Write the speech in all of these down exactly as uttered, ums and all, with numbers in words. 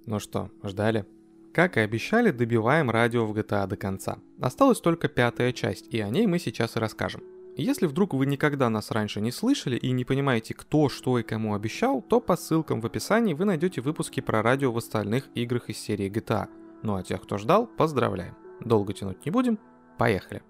Ну что, ждали? Как и обещали, добиваем радио в джи ти эй до конца. Осталась только пятая часть, и о ней мы сейчас и расскажем. Если вдруг вы никогда нас раньше не слышали и не понимаете, кто, что и кому обещал, то по ссылкам в описании вы найдете выпуски про радио в остальных играх из серии джи ти эй. Ну а тех, кто ждал, поздравляем. Долго тянуть не будем, поехали.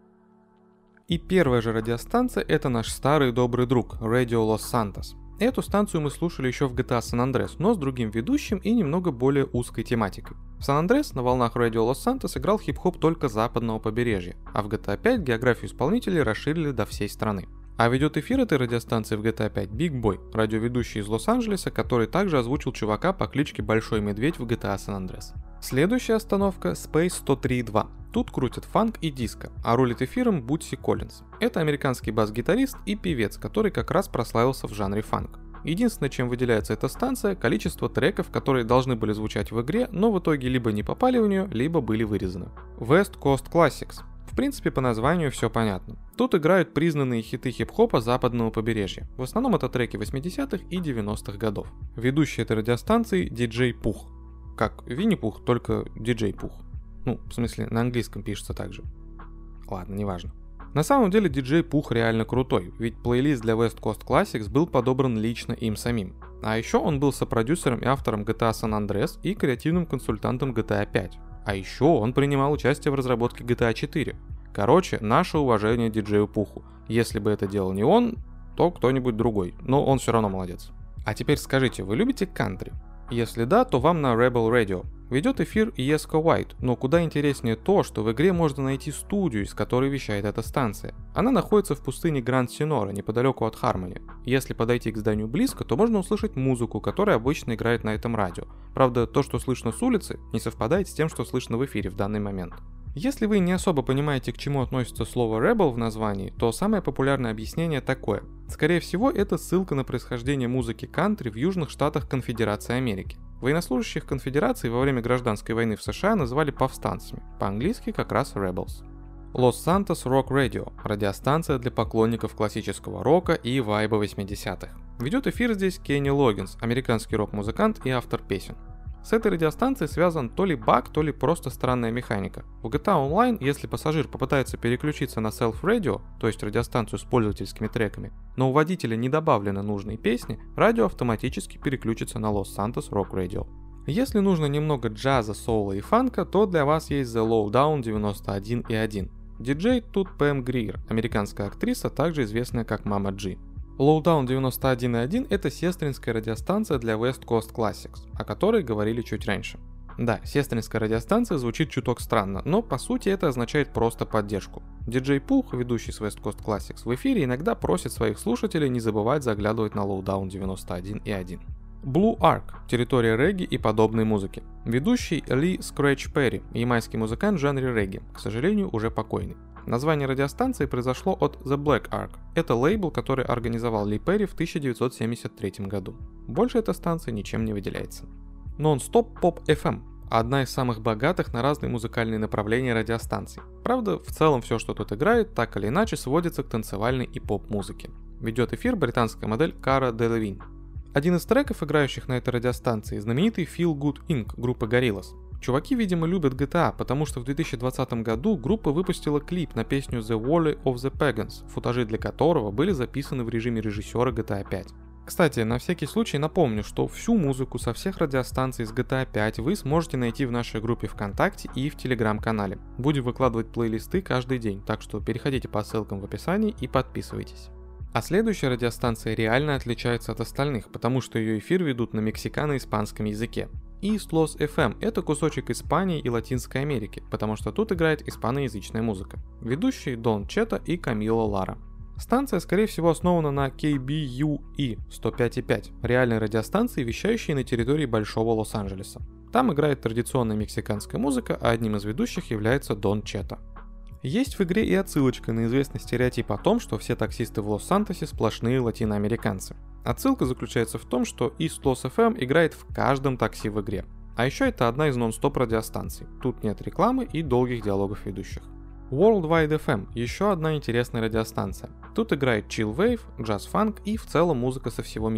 И первая же радиостанция — это наш старый добрый друг Radio Los Santos. Эту станцию мы слушали еще в джи ти эй San Andreas, но с другим ведущим и немного более узкой тематикой. В San Andreas на волнах Radio Los Santos играл хип-хоп только западного побережья, а в джи ти эй пять географию исполнителей расширили до всей страны. А ведет эфир этой радиостанции в джи ти эй пять Big Boy, радиоведущий из Лос-Анджелеса, который также озвучил чувака по кличке Большой Медведь в джи ти эй San Andreas. Следующая остановка — Space сто три и два. Тут крутят фанк и диско, а рулит эфиром Бутси Коллинз. Это американский бас-гитарист и певец, который как раз прославился в жанре фанк. Единственное, чем выделяется эта станция — количество треков, которые должны были звучать в игре, но в итоге либо не попали в нее, либо были вырезаны. West Coast Classics. В принципе, по названию все понятно. Тут играют признанные хиты хип-хопа западного побережья. В основном это треки восьмидесятых и девяностых годов. Ведущий этой радиостанции — диджей Пух. Как Винни-Пух, только диджей Пух. Ну, в смысле, на английском пишется так же. Ладно, неважно. На самом деле диджей Пух реально крутой, ведь плейлист для West Coast Classics был подобран лично им самим. А еще он был сопродюсером и автором джи ти эй San Andreas и креативным консультантом джи ти эй пять. А еще он принимал участие в разработке джи ти эй четыре. Короче, наше уважение диджею Пуху. Если бы это делал не он, то кто-нибудь другой, но он все равно молодец. А теперь скажите, вы любите кантри? Если да, то вам на Rebel Radio. Ведет эфир Еско Уайт, но куда интереснее то, что в игре можно найти студию, из которой вещает эта станция. Она находится в пустыне Гранд Синора, неподалеку от Хармони. Если подойти к зданию близко, то можно услышать музыку, которая обычно играет на этом радио. Правда, то, что слышно с улицы, не совпадает с тем, что слышно в эфире в данный момент. Если вы не особо понимаете, к чему относится слово Rebel в названии, то самое популярное объяснение такое. Скорее всего, это ссылка на происхождение музыки кантри в южных штатах Конфедерации Америки. Военнослужащих конфедерации во время гражданской войны в США называли повстанцами, по-английски как раз Rebels. Los Santos Rock Radio – радиостанция для поклонников классического рока и вайба восьмидесятых. Ведет эфир здесь Кенни Логгинс, американский рок-музыкант и автор песен. С этой радиостанцией связан то ли баг, то ли просто странная механика. В джи ти эй Online, если пассажир попытается переключиться на Self-Radio, то есть радиостанцию с пользовательскими треками, но у водителя не добавлены нужные песни, радио автоматически переключится на Los Santos Rock Radio. Если нужно немного джаза, соула и фанка, то для вас есть The Lowdown девяносто один и один. Диджей тут Пэм Гриер, американская актриса, также известная как Мама Джи. Lowdown девяносто один и один — это сестринская радиостанция для West Coast Classics, о которой говорили чуть раньше. Да, сестринская радиостанция звучит чуток странно, но по сути это означает просто поддержку. Диджей Пух, ведущий с West Coast Classics, в эфире иногда просит своих слушателей не забывать заглядывать на Lowdown девяносто один и один. Blue Ark – территория регги и подобной музыки. Ведущий Ли Скретч Перри, ямайский музыкант в жанре регги, к сожалению, уже покойный. Название радиостанции произошло от The Black Ark. Это лейбл, который организовал Ли Перри в тысяча девятьсот семьдесят третьем году. Больше эта станция ничем не выделяется. Non-Stop Pop эф эм – одна из самых богатых на разные музыкальные направления радиостанций. Правда, в целом все, что тут играет, так или иначе сводится к танцевальной и поп-музыке. Ведет эфир британская модель Cara Delevingne. Один из треков, играющих на этой радиостанции, знаменитый Feel Good инкорпорейтед группы Gorillaz. Чуваки, видимо, любят джи ти эй, потому что в две тысячи двадцатом году группа выпустила клип на песню The Valley of the Pagans, футажи для которого были записаны в режиме режиссера джи ти эй пять. Кстати, на всякий случай напомню, что всю музыку со всех радиостанций с джи ти эй пять вы сможете найти в нашей группе ВКонтакте и в Телеграм-канале. Будем выкладывать плейлисты каждый день, так что переходите по ссылкам в описании и подписывайтесь. А следующая радиостанция реально отличается от остальных, потому что ее эфир ведут на мексикано-испанском языке. East Los эф эм – это кусочек Испании и Латинской Америки, потому что тут играет испаноязычная музыка. Ведущие Дон Чета и Камила Лара. Станция, скорее всего, основана на кей би ю и сто пять и пять, реальной радиостанции, вещающей на территории Большого Лос-Анджелеса. Там играет традиционная мексиканская музыка, а одним из ведущих является Дон Чета. Есть в игре и отсылочка на известный стереотип о том, что все таксисты в Лос-Сантосе сплошные латиноамериканцы. Отсылка заключается в том, что East Los эф эм играет в каждом такси в игре. А еще это одна из нон-стоп радиостанций. Тут нет рекламы и долгих диалогов ведущих. Worldwide эф эм – еще одна интересная радиостанция. Тут играет chill wave, джаз-фанк и в целом музыка со всего мира.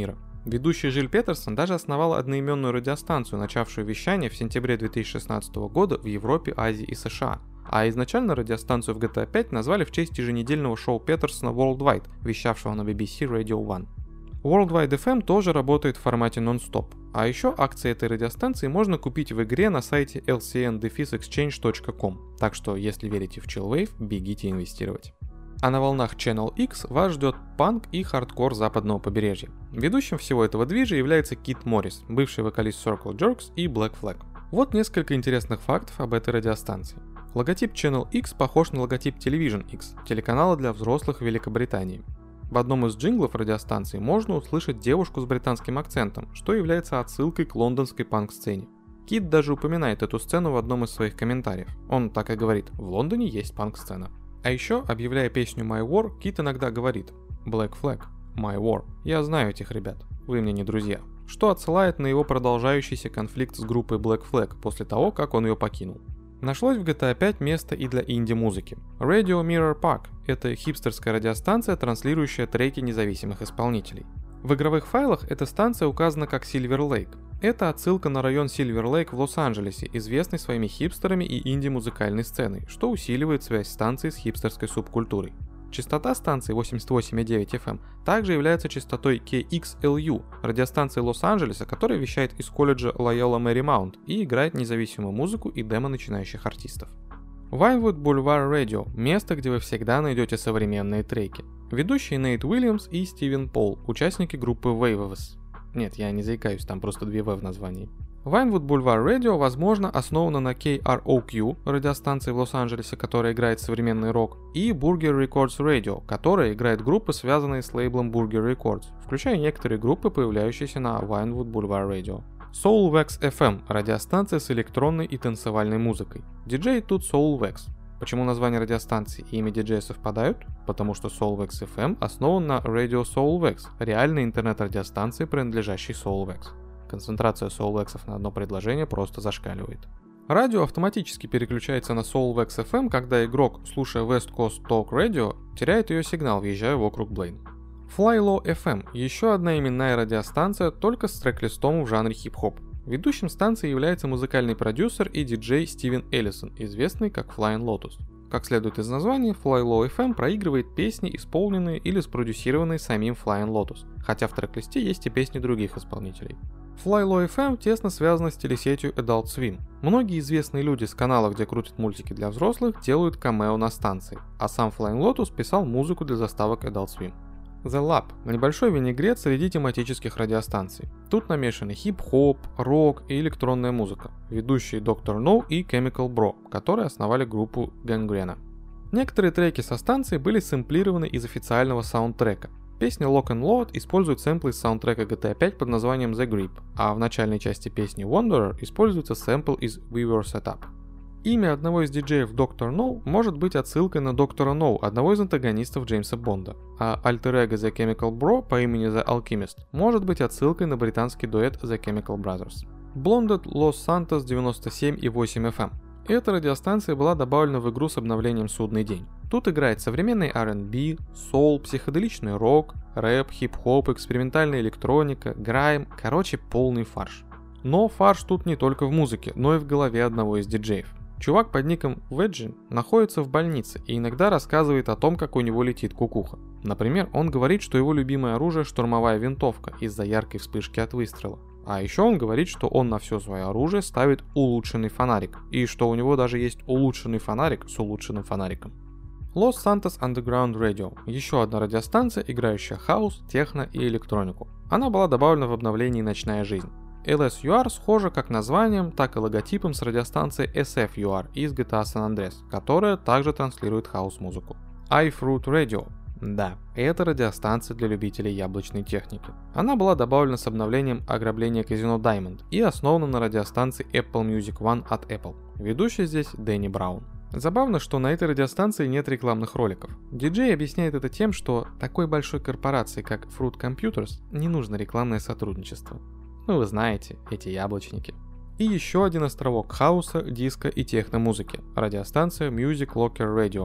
Ведущий Жиль Петерсон даже основал одноименную радиостанцию, начавшую вещание в сентябре две тысячи шестнадцатого года в Европе, Азии и США. А изначально радиостанцию в джи ти эй пять назвали в честь еженедельного шоу Петерсона Worldwide, вещавшего на би би си Radio один. Worldwide эф эм тоже работает в формате нон-стоп, а еще акции этой радиостанции можно купить в игре на сайте эл си эн эксчейндж точка ком, так что если верите в Chillwave, бегите инвестировать. А на волнах Channel X вас ждет панк и хардкор западного побережья. Ведущим всего этого движа является Кит Моррис, бывший вокалист Circle Jerks и Black Flag. Вот несколько интересных фактов об этой радиостанции. Логотип Channel X похож на логотип Television X, телеканала для взрослых в Великобритании. В одном из джинглов радиостанции можно услышать девушку с британским акцентом, что является отсылкой к лондонской панк-сцене. Кит даже упоминает эту сцену в одном из своих комментариев. Он так и говорит: в Лондоне есть панк-сцена. А еще, объявляя песню My War, Кит иногда говорит: Black Flag, My War. Я знаю этих ребят, вы мне не друзья. Что отсылает на его продолжающийся конфликт с группой Black Flag после того, как он ее покинул. Нашлось в джи ти эй пять место и для инди-музыки. Radio Mirror Park – это хипстерская радиостанция, транслирующая треки независимых исполнителей. В игровых файлах эта станция указана как Silver Lake. Это отсылка на район Silver Lake в Лос-Анджелесе, известный своими хипстерами и инди-музыкальной сценой, что усиливает связь станции с хипстерской субкультурой. Частота станции восемьдесят восемь и девять эф эм также является частотой кей икс эл ю, радиостанции Лос-Анджелеса, которая вещает из колледжа Лойола Маримаунт и играет независимую музыку и демо начинающих артистов. Vinewood Boulevard Radio – место, где вы всегда найдете современные треки. Ведущие Нейт Уильямс и Стивен Пол, участники группы Waves. Нет, я не заикаюсь, там просто две В в названии. Vinewood Boulevard Radio, возможно, основана на кей ар о кью, радиостанции в Лос-Анджелесе, которая играет современный рок, и Burger Records Radio, которая играет группы, связанные с лейблом Burger Records, включая некоторые группы, появляющиеся на Vinewood Boulevard Radio. Soulwax эф эм – радиостанция с электронной и танцевальной музыкой. Диджей тут Soulwax. Почему название радиостанции и имя диджея совпадают? Потому что Soulwax эф эм основан на Radio Soulwax, реальной интернет-радиостанции, принадлежащей Soulwax. Концентрация Soulwax'ов на одно предложение просто зашкаливает. Радио автоматически переключается на Soulwax эф эм, когда игрок, слушая West Coast Talk Radio, теряет ее сигнал, въезжая в округ Блейн. Flylow эф эм – еще одна именная радиостанция, только с трек-листом в жанре хип-хоп. Ведущим станции является музыкальный продюсер и диджей Стивен Эллисон, известный как Flying Lotus. Как следует из названия, Flylow эф эм проигрывает песни, исполненные или спродюсированные самим Flying Lotus, хотя в трек-листе есть и песни других исполнителей. Flylow эф эм тесно связана с телесетью Adult Swim. Многие известные люди с канала, где крутят мультики для взрослых, делают камео на станции, а сам Flying Lotus писал музыку для заставок Adult Swim. The Lab – небольшой винегрет среди тематических радиостанций. Тут намешаны хип-хоп, рок и электронная музыка. Ведущие доктор No и Chemical Bro, которые основали группу Gangrena. Некоторые треки со станции были сэмплированы из официального саундтрека. Песня Lock and Load использует сэмплы из саундтрека джи ти эй пять под названием The Grip, а в начальной части песни Wanderer используется сэмпл из We Were Set Up. Имя одного из диджеев доктор No может быть отсылкой на доктора No, одного из антагонистов Джеймса Бонда, а альтер-эго The Chemical Bro по имени The Alchemist может быть отсылкой на британский дуэт The Chemical Brothers. Blonded Los Santos девяносто семь и восемь эф эм. Эта радиостанция была добавлена в игру с обновлением «Судный день». Тут играет современный ар энд би, соул, психоделичный рок, рэп, хип-хоп, экспериментальная электроника, грайм, короче, полный фарш. Но фарш тут не только в музыке, но и в голове одного из диджеев. Чувак под ником Веджи находится в больнице и иногда рассказывает о том, как у него летит кукуха. Например, он говорит, что его любимое оружие – штурмовая винтовка из-за яркой вспышки от выстрела. А еще он говорит, что он на все свое оружие ставит улучшенный фонарик, и что у него даже есть улучшенный фонарик с улучшенным фонариком. Los Santos Underground Radio – еще одна радиостанция, играющая хаус, техно и электронику. Она была добавлена в обновлении «Ночная жизнь». эл эс ю ар схожа как названием, так и логотипом с радиостанцией эс эф ю ар из джи ти эй San Andreas, которая также транслирует хаус-музыку. iFruit Radio. Да, это радиостанция для любителей яблочной техники. Она была добавлена с обновлением ограбления казино Diamond и основана на радиостанции Apple Music One от Apple. Ведущий здесь Дэнни Браун. Забавно, что на этой радиостанции нет рекламных роликов. Диджей объясняет это тем, что такой большой корпорации, как Fruit Computers, не нужно рекламное сотрудничество. Ну вы знаете, эти яблочники. И еще один островок хауса, диска и техно-музыки – радиостанция Music Locker Radio.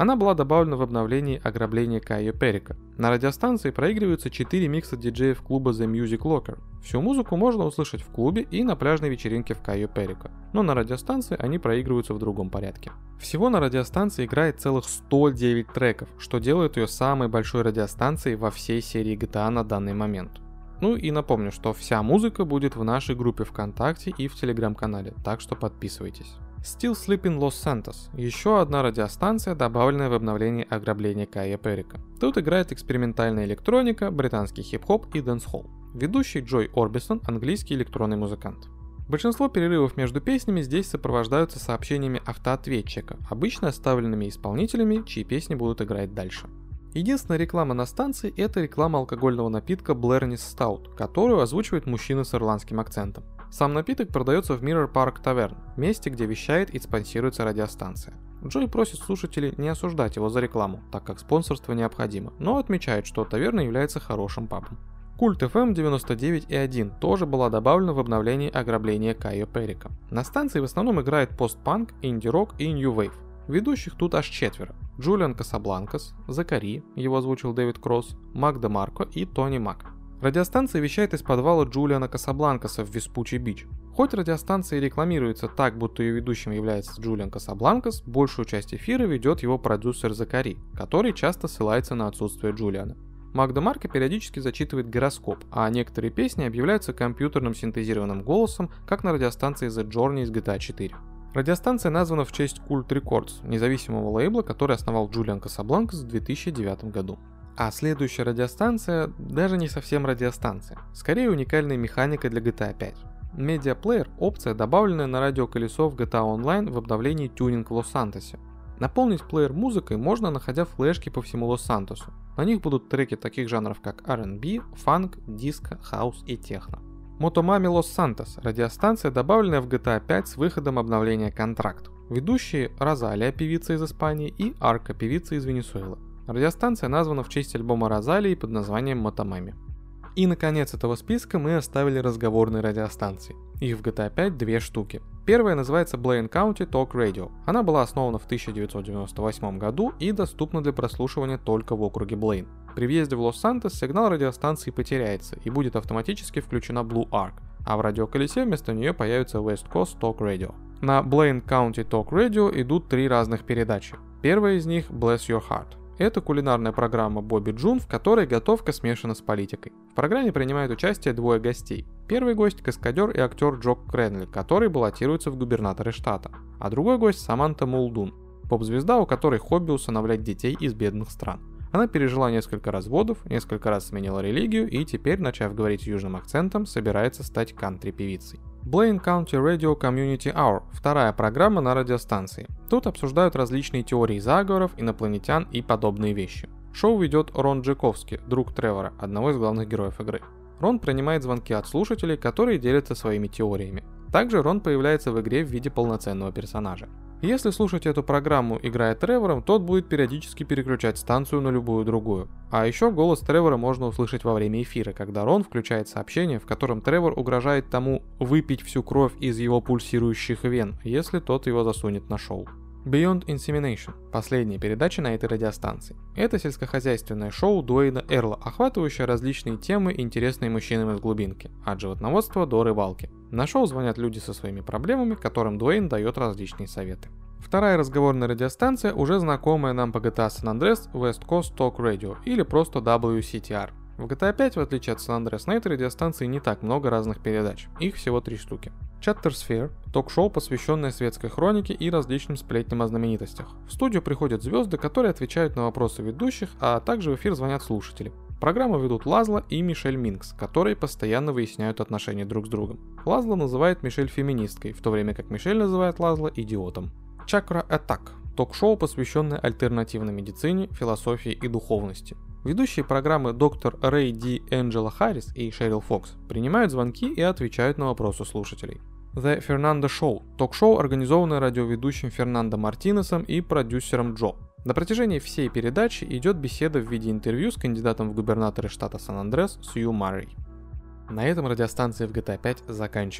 Она была добавлена в обновлении ограбления Кайо Перика. На радиостанции проигрываются четыре микса диджеев клуба The Music Locker. Всю музыку можно услышать в клубе и на пляжной вечеринке в Кайо Перика, но на радиостанции они проигрываются в другом порядке. Всего на радиостанции играет целых сто девять треков, что делает ее самой большой радиостанцией во всей серии джи ти эй на данный момент. Ну и напомню, что вся музыка будет в нашей группе ВКонтакте и в Телеграм-канале, так что подписывайтесь. Still Sleeping Los Santos – еще одна радиостанция, добавленная в обновление ограбления Кайо Перика. Тут играет экспериментальная электроника, британский хип-хоп и дэнс-холл. Ведущий Джой Орбисон – английский электронный музыкант. Большинство перерывов между песнями здесь сопровождаются сообщениями автоответчика, обычно оставленными исполнителями, чьи песни будут играть дальше. Единственная реклама на станции – это реклама алкогольного напитка Blairnis Stout, которую озвучивает мужчина с ирландским акцентом. Сам напиток продается в Mirror Park Tavern, месте, где вещает и спонсируется радиостанция. Джой просит слушателей не осуждать его за рекламу, так как спонсорство необходимо, но отмечает, что таверна является хорошим пабом. Культ эф эм девяносто девять и один тоже была добавлена в обновлении ограбления Кайо Перика. На станции в основном играет постпанк, инди-рок и нью-вейв. Ведущих тут аж четверо. Джулиан Касабланкас, Закари, его озвучил Дэвид Кросс, Мак Демарко и Тони Мак. Радиостанция вещает из подвала Джулиана Касабланкаса в Веспуччи-Бич. Хоть радиостанция и рекламируется так, будто ее ведущим является Джулиан Касабланкас, большую часть эфира ведет его продюсер Закари, который часто ссылается на отсутствие Джулиана. Мак Демарко периодически зачитывает гороскоп, а некоторые песни объявляются компьютерным синтезированным голосом, как на радиостанции The Journey из джи ти эй четыре. Радиостанция названа в честь Cult Records, независимого лейбла, который основал Джулиан Касабланкас в две тысячи девятом году. А следующая радиостанция даже не совсем радиостанция, скорее уникальная механика для джи ти эй пять. Медиаплеер – опция, добавленная на радиоколесо в джи ти эй Online в обновлении Tuning в Лос-Сантосе. Наполнить плеер музыкой можно, находя флешки по всему Лос-Сантосу. На них будут треки таких жанров, как ар энд би, фанк, диско, хаус и техно. Мотомами Лос-Сантос – радиостанция, добавленная в джи ти эй пять с выходом обновления Контракт. Ведущие – Розалия, певица из Испании, и Арка, певица из Венесуэлы. Радиостанция названа в честь альбома Розалии под названием Мотомами. И наконец этого списка мы оставили разговорные радиостанции. Их в джи ти эй пять две штуки. Первая называется Blaine County Talk Radio. Она была основана в тысяча девятьсот девяносто восьмом году и доступна для прослушивания только в округе Блейн. При въезде в Лос-Сантос сигнал радиостанции потеряется и будет автоматически включена Blue Arc, а в радиоколесе вместо нее появится West Coast Talk Radio. На Blaine County Talk Radio идут три разных передачи. Первая из них Bless Your Heart. Это кулинарная программа Бобби Джун, в которой готовка смешана с политикой. В программе принимают участие двое гостей. Первый гость – каскадер и актер Джок Кренли, который баллотируется в губернаторы штата. А другой гость – Саманта Мулдун, поп-звезда, у которой хобби усыновлять детей из бедных стран. Она пережила несколько разводов, несколько раз сменила религию и теперь, начав говорить южным акцентом, собирается стать кантри-певицей. Blaine County Radio Community Hour – вторая программа на радиостанции. Тут обсуждают различные теории заговоров, инопланетян и подобные вещи. Шоу ведет Рон Джаковский, друг Тревора, одного из главных героев игры. Рон принимает звонки от слушателей, которые делятся своими теориями. Также Рон появляется в игре в виде полноценного персонажа. Если слушать эту программу, играя Тревором, тот будет периодически переключать станцию на любую другую. А еще голос Тревора можно услышать во время эфира, когда Рон включает сообщение, в котором Тревор угрожает тому выпить всю кровь из его пульсирующих вен, если тот его засунет на шоу. Beyond Insemination – последняя передача на этой радиостанции. Это сельскохозяйственное шоу Дуэйна Эрла, охватывающее различные темы, интересные мужчинам из глубинки, от животноводства до рыбалки. На шоу звонят люди со своими проблемами, которым Дуэйн дает различные советы. Вторая разговорная радиостанция уже знакомая нам по джи ти эй San Andreas West Coast Talk Radio или просто дабл ю си ти ар. В джи ти эй пять, в отличие от San Andreas, на этой радиостанции не так много разных передач, их всего три штуки. Chattersphere – ток-шоу, посвященное светской хронике и различным сплетням о знаменитостях. В студию приходят звезды, которые отвечают на вопросы ведущих, а также в эфир звонят слушатели. Программу ведут Лазло и Мишель Минкс, которые постоянно выясняют отношения друг с другом. Лазло называет Мишель феминисткой, в то время как Мишель называет Лазло идиотом. Chakra Attack – ток-шоу, посвященное альтернативной медицине, философии и духовности. Ведущие программы доктор Рэй Ди Энджела Харрис и Шерил Фокс принимают звонки и отвечают на вопросы слушателей. The Fernando Show – ток-шоу, организованное радиоведущим Фернандо Мартинесом и продюсером Джо. На протяжении всей передачи идет беседа в виде интервью с кандидатом в губернаторы штата Сан-Андреас Сью Маррей. На этом радиостанции в джи ти эй пять заканчиваются.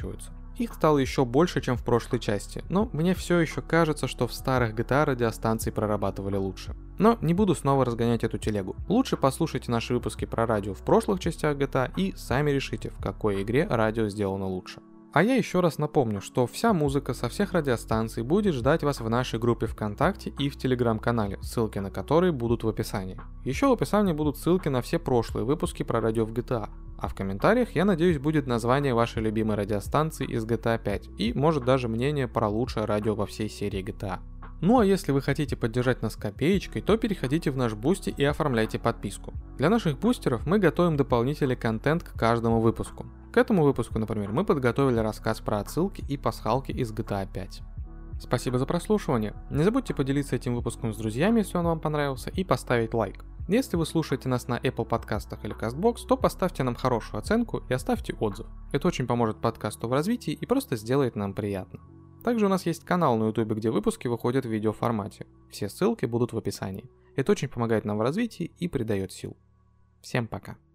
Их стало еще больше, чем в прошлой части, но мне все еще кажется, что в старых джи ти эй радиостанции прорабатывали лучше. Но не буду снова разгонять эту телегу. Лучше послушайте наши выпуски про радио в прошлых частях джи ти эй и сами решите, в какой игре радио сделано лучше. А я еще раз напомню, что вся музыка со всех радиостанций будет ждать вас в нашей группе ВКонтакте и в Телеграм-канале, ссылки на которые будут в описании. Еще в описании будут ссылки на все прошлые выпуски про радио в джи ти эй, а в комментариях, я надеюсь, будет название вашей любимой радиостанции из джи ти эй пять и может даже мнение про лучшее радио во всей серии джи ти эй. Ну а если вы хотите поддержать нас копеечкой, то переходите в наш Бусти и оформляйте подписку. Для наших бустеров мы готовим дополнительный контент к каждому выпуску. К этому выпуску, например, мы подготовили рассказ про отсылки и пасхалки из джи ти эй пять. Спасибо за прослушивание. Не забудьте поделиться этим выпуском с друзьями, если он вам понравился, и поставить лайк. Если вы слушаете нас на Apple подкастах или CastBox, то поставьте нам хорошую оценку и оставьте отзыв. Это очень поможет подкасту в развитии и просто сделает нам приятно. Также у нас есть канал на YouTube, где выпуски выходят в видеоформате. Все ссылки будут в описании. Это очень помогает нам в развитии и придает сил. Всем пока.